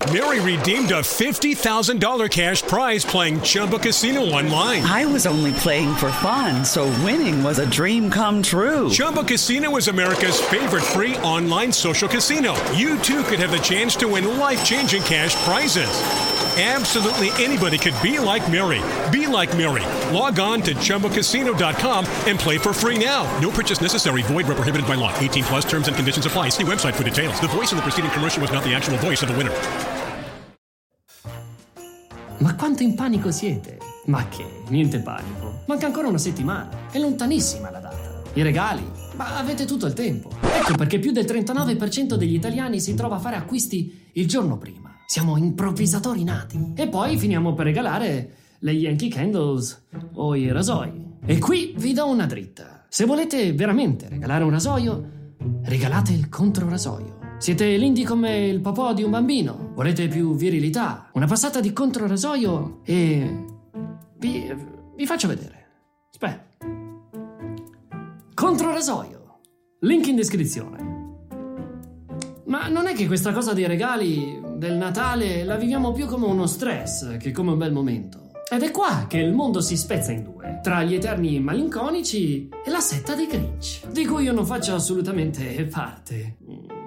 Mary redeemed a $50,000 cash prize playing Chumba Casino online. I was only playing for fun, so winning was a dream come true. Chumba Casino is America's favorite free online social casino. You too could have the chance to win life-changing cash prizes. Absolutely anybody could be like Mary. Be like Mary. Log on to ChumbaCasino.com and play for free now. No purchase necessary. Void where prohibited by law. 18 plus terms and conditions apply. See website for details. The voice in the preceding commercial was not the actual voice of the winner. Ma quanto in panico siete? Ma che? Niente panico. Manca ancora una settimana. È lontanissima la data. I regali? Ma avete tutto il tempo. Ecco perché più del 39% degli italiani si trova a fare acquisti il giorno prima. Siamo improvvisatori nati. E poi finiamo per regalare le Yankee Candles o i rasoi. E qui vi do una dritta. Se volete veramente regalare un rasoio, regalate il controrasoio. Siete lindi come il popò di un bambino? Volete più virilità? Una passata di controrasoio e... Vi faccio vedere. Aspetta. Controrasoio. Link in descrizione. Ma non è che questa cosa dei regali, del Natale, la viviamo più come uno stress che come un bel momento. Ed è qua che il mondo si spezza in due, tra gli eterni malinconici e la setta dei Grinch, di cui io non faccio assolutamente parte.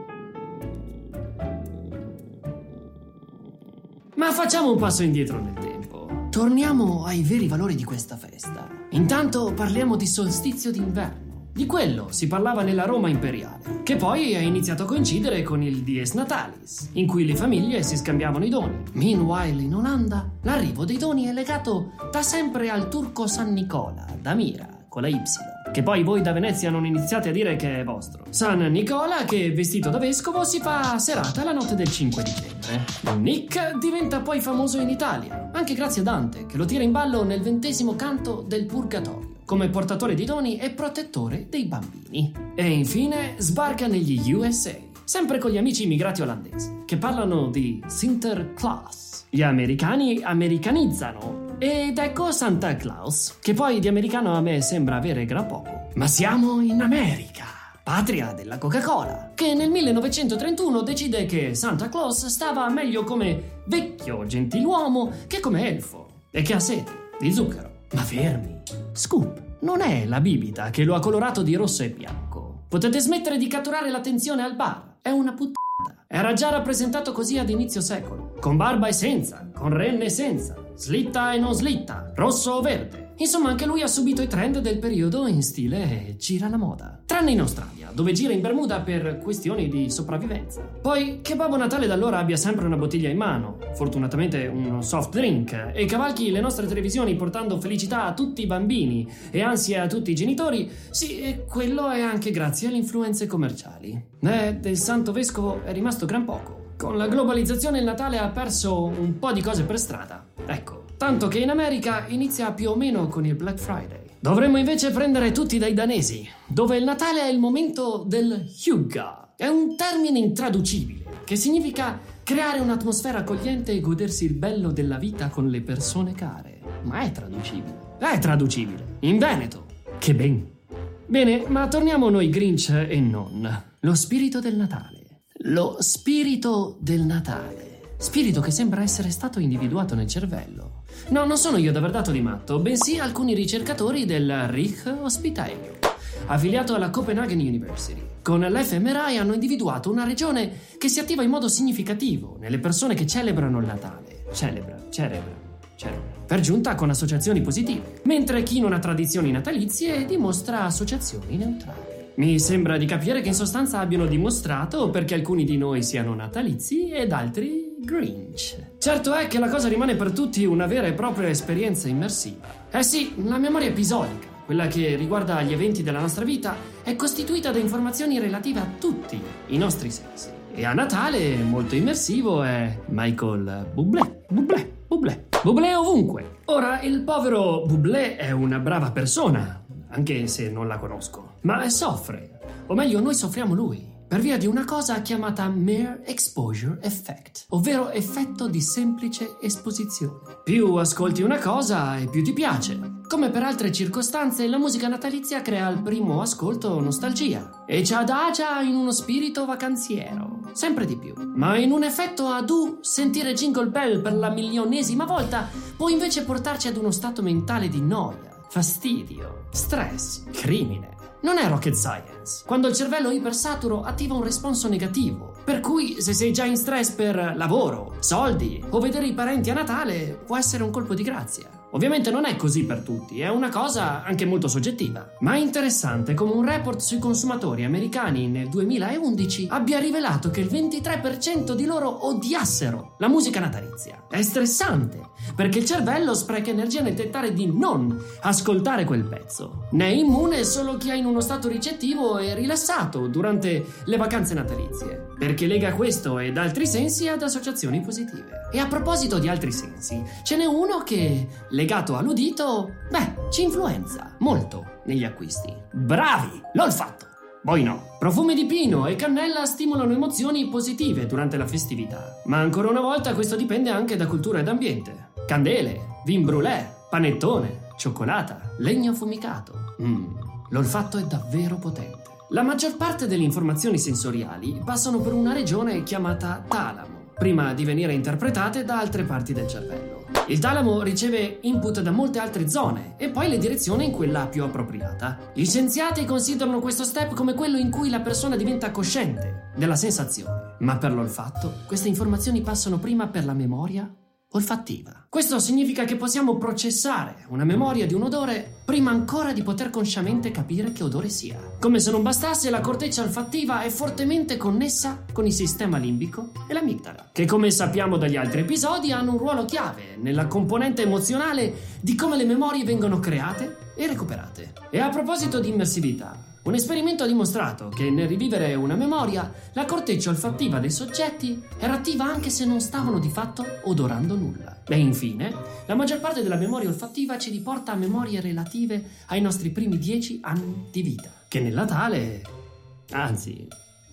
Ma facciamo un passo indietro nel tempo. Torniamo ai veri valori di questa festa. Intanto parliamo di solstizio d'inverno. Di quello si parlava nella Roma imperiale, che poi è iniziato a coincidere con il Dies Natalis, in cui le famiglie si scambiavano i doni. Meanwhile, in Olanda, l'arrivo dei doni è legato da sempre al turco San Nicola, da Mira, con la Y, che poi voi da Venezia non iniziate a dire che è vostro. San Nicola che, vestito da vescovo, si fa serata la notte del 5 dicembre. Nick diventa poi famoso in Italia, anche grazie a Dante, che lo tira in ballo nel 20° canto del Purgatorio, come portatore di doni e protettore dei bambini. E infine sbarca negli USA, sempre con gli amici immigrati olandesi, che parlano di Sinterklaas. Gli americani americanizzano, ed ecco Santa Claus, che poi di americano a me sembra avere gran poco. Ma siamo in America, patria della Coca-Cola, che nel 1931 decide che Santa Claus stava meglio come vecchio gentiluomo che come elfo, e che ha sete di zucchero. Ma fermi, Scoop non è la bibita che lo ha colorato di rosso e bianco. Potete smettere di catturare l'attenzione al bar, è una puttana. Era già rappresentato così ad inizio secolo, con barba e senza, con renne e senza, slitta e non slitta, rosso o verde. Insomma, anche lui ha subito i trend del periodo in stile gira la moda. Tranne in Australia, dove gira in Bermuda per questioni di sopravvivenza. Poi, che Babbo Natale da allora abbia sempre una bottiglia in mano, fortunatamente uno soft drink, e cavalchi le nostre televisioni portando felicità a tutti i bambini e ansia a tutti i genitori, sì, e quello è anche grazie alle influenze commerciali. Del Santo Vescovo è rimasto gran poco. Con la globalizzazione il Natale ha perso un po' di cose per strada. Ecco. Tanto che in America inizia più o meno con il Black Friday. Dovremmo invece prendere tutti dai danesi, dove il Natale è il momento del hygge. È un termine intraducibile, che significa creare un'atmosfera accogliente e godersi il bello della vita con le persone care. Ma è traducibile. È traducibile. In Veneto. Che ben. Bene, ma torniamo noi Grinch e non. Lo spirito del Natale. Lo spirito del Natale. Spirito che sembra essere stato individuato nel cervello. No, non sono io ad aver dato di matto, bensì alcuni ricercatori del Rijkshospitalet, affiliato alla Copenhagen University. Con l'fMRI hanno individuato una regione che si attiva in modo significativo nelle persone che celebrano il Natale. Celebra. Per giunta con associazioni positive, mentre chi non ha tradizioni natalizie dimostra associazioni neutrali. Mi sembra di capire che in sostanza abbiano dimostrato perché alcuni di noi siano natalizi ed altri Grinch. Certo è che la cosa rimane per tutti una vera e propria esperienza immersiva. Eh sì, la memoria episodica, quella che riguarda gli eventi della nostra vita, è costituita da informazioni relative a tutti i nostri sensi. E a Natale, molto immersivo, è Michael Bublé. Bublé ovunque. Ora, il povero Bublé è una brava persona, anche se non la conosco, ma soffre, o meglio noi soffriamo lui, per via di una cosa chiamata Mere Exposure Effect, ovvero effetto di semplice esposizione. Più ascolti una cosa e più ti piace. Come per altre circostanze, la musica natalizia crea al primo ascolto nostalgia e ci adagia in uno spirito vacanziero. sempre di più. Ma in un effetto a do, sentire Jingle Bell per la milionesima volta può invece portarci ad uno stato mentale di noia, fastidio, stress, crimine. Non è rocket science. Quando il cervello ipersaturo attiva un responso negativo, per cui se sei già in stress per lavoro, soldi o vedere i parenti a Natale, può essere un colpo di grazia. Ovviamente non è così per tutti, è una cosa anche molto soggettiva. Ma è interessante come un report sui consumatori americani nel 2011 abbia rivelato che il 23% di loro odiassero la musica natalizia. È stressante, perché il cervello spreca energia nel tentare di non ascoltare quel pezzo. Ne è immune solo chi è in uno stato ricettivo e rilassato durante le vacanze natalizie, perché lega questo ed altri sensi ad associazioni positive. E a proposito di altri sensi, ce n'è uno che, legato all'udito, ci influenza molto negli acquisti. Bravi! L'olfatto! Voi no. Profumi di pino e cannella stimolano emozioni positive durante la festività. Ma ancora una volta questo dipende anche da cultura ed ambiente. Candele, vin brûlé, panettone, cioccolata, legno affumicato. L'olfatto è davvero potente. La maggior parte delle informazioni sensoriali passano per una regione chiamata talamo, prima di venire interpretate da altre parti del cervello. Il talamo riceve input da molte altre zone e poi le direziona in quella più appropriata. Gli scienziati considerano questo step come quello in cui la persona diventa cosciente della sensazione. Ma per l'olfatto, queste informazioni passano prima per la memoria olfattiva. Questo significa che possiamo processare una memoria di un odore prima ancora di poter consciamente capire che odore sia. Come se non bastasse, la corteccia olfattiva è fortemente connessa con il sistema limbico e l'amigdala, che come sappiamo dagli altri episodi hanno un ruolo chiave nella componente emozionale di come le memorie vengono create e recuperate. E a proposito di immersività, un esperimento ha dimostrato che nel rivivere una memoria, la corteccia olfattiva dei soggetti era attiva anche se non stavano di fatto odorando nulla. E infine, la maggior parte della memoria olfattiva ci riporta a memorie relative ai nostri primi 10 anni di vita, che nel Natale... anzi...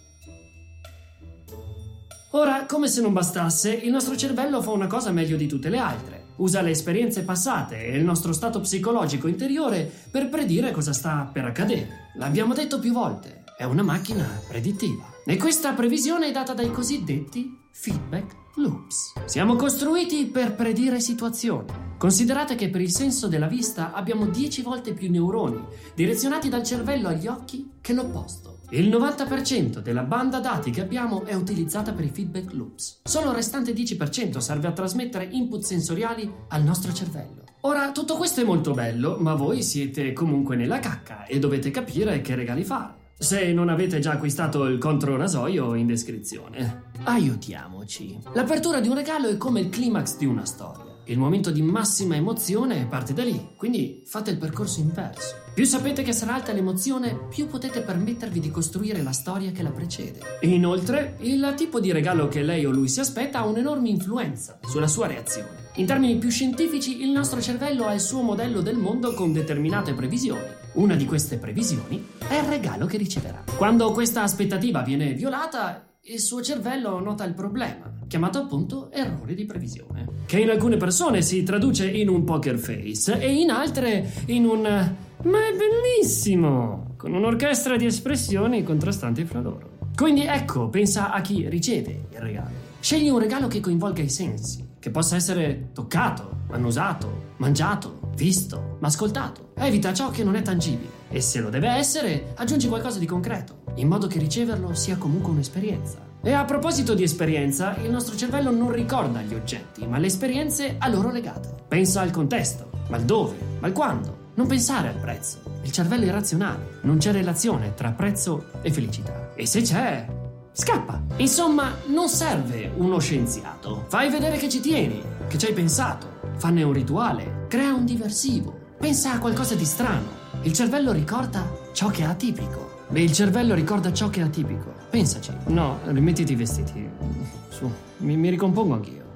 Ora, come se non bastasse, il nostro cervello fa una cosa meglio di tutte le altre. Usa le esperienze passate e il nostro stato psicologico interiore per predire cosa sta per accadere. L'abbiamo detto più volte, è una macchina predittiva. E questa previsione è data dai cosiddetti feedback loops. Siamo costruiti per predire situazioni. Considerate che per il senso della vista abbiamo 10 volte più neuroni direzionati dal cervello agli occhi che l'opposto. Il 90% della banda dati che abbiamo è utilizzata per i feedback loops. Solo il restante 10% serve a trasmettere input sensoriali al nostro cervello. Ora, tutto questo è molto bello, ma voi siete comunque nella cacca e dovete capire che regali fare. Se non avete già acquistato il controrasoio in descrizione. Aiutiamoci. L'apertura di un regalo è come il climax di una storia. Il momento di massima emozione parte da lì, quindi fate il percorso inverso. Più sapete che sarà alta l'emozione, più potete permettervi di costruire la storia che la precede. Inoltre, il tipo di regalo che lei o lui si aspetta ha un'enorme influenza sulla sua reazione. In termini più scientifici, il nostro cervello ha il suo modello del mondo con determinate previsioni. Una di queste previsioni è il regalo che riceverà. Quando questa aspettativa viene violata, il suo cervello nota il problema, chiamato appunto errore di previsione, che in alcune persone si traduce in un poker face e in altre in un "ma è bellissimo", con un'orchestra di espressioni contrastanti fra loro. Quindi ecco, pensa a chi riceve il regalo. Scegli un regalo che coinvolga i sensi, che possa essere toccato, annusato, mangiato, visto, ma ascoltato. Evita ciò che non è tangibile e se lo deve essere, aggiungi qualcosa di concreto, in modo che riceverlo sia comunque un'esperienza. E a proposito di esperienza, il nostro cervello non ricorda gli oggetti, ma le esperienze a loro legate. Pensa al contesto, ma il dove, ma il quando. Non pensare al prezzo. Il cervello è razionale, non c'è relazione tra prezzo e felicità. E se c'è, scappa. Insomma, non serve uno scienziato. Fai vedere che ci tieni, che ci hai pensato. Fanne un rituale, crea un diversivo. Pensa a qualcosa di strano. Il cervello ricorda ciò che è atipico. Il cervello ricorda ciò che è atipico. Pensaci. No, rimettiti i vestiti. Su, mi ricompongo anch'io.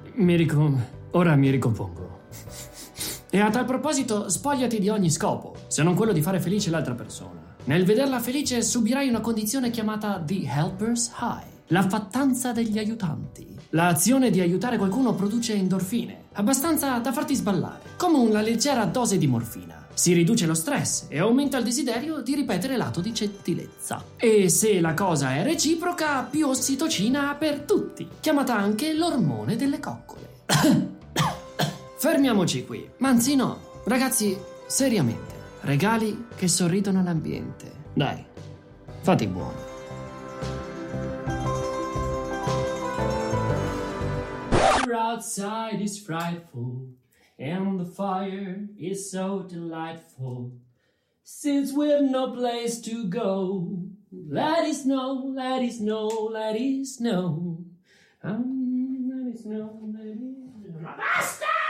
Ora mi ricompongo. E a tal proposito, spogliati di ogni scopo, se non quello di fare felice l'altra persona. Nel vederla felice subirai una condizione chiamata the helper's high, la fattanza degli aiutanti. L'azione di aiutare qualcuno produce endorfine, abbastanza da farti sballare, come una leggera dose di morfina. Si riduce lo stress e aumenta il desiderio di ripetere l'atto di gentilezza. E se la cosa è reciproca, più ossitocina per tutti, chiamata anche l'ormone delle coccole. Fermiamoci qui. Ma anzi no, ragazzi, seriamente, regali che sorridono all'ambiente. Dai, fate buono. Outside is frightful, and the fire is so delightful. Since we've no place to go, let it snow, let it snow, let it snow. Let it snow, let it snow. Basta!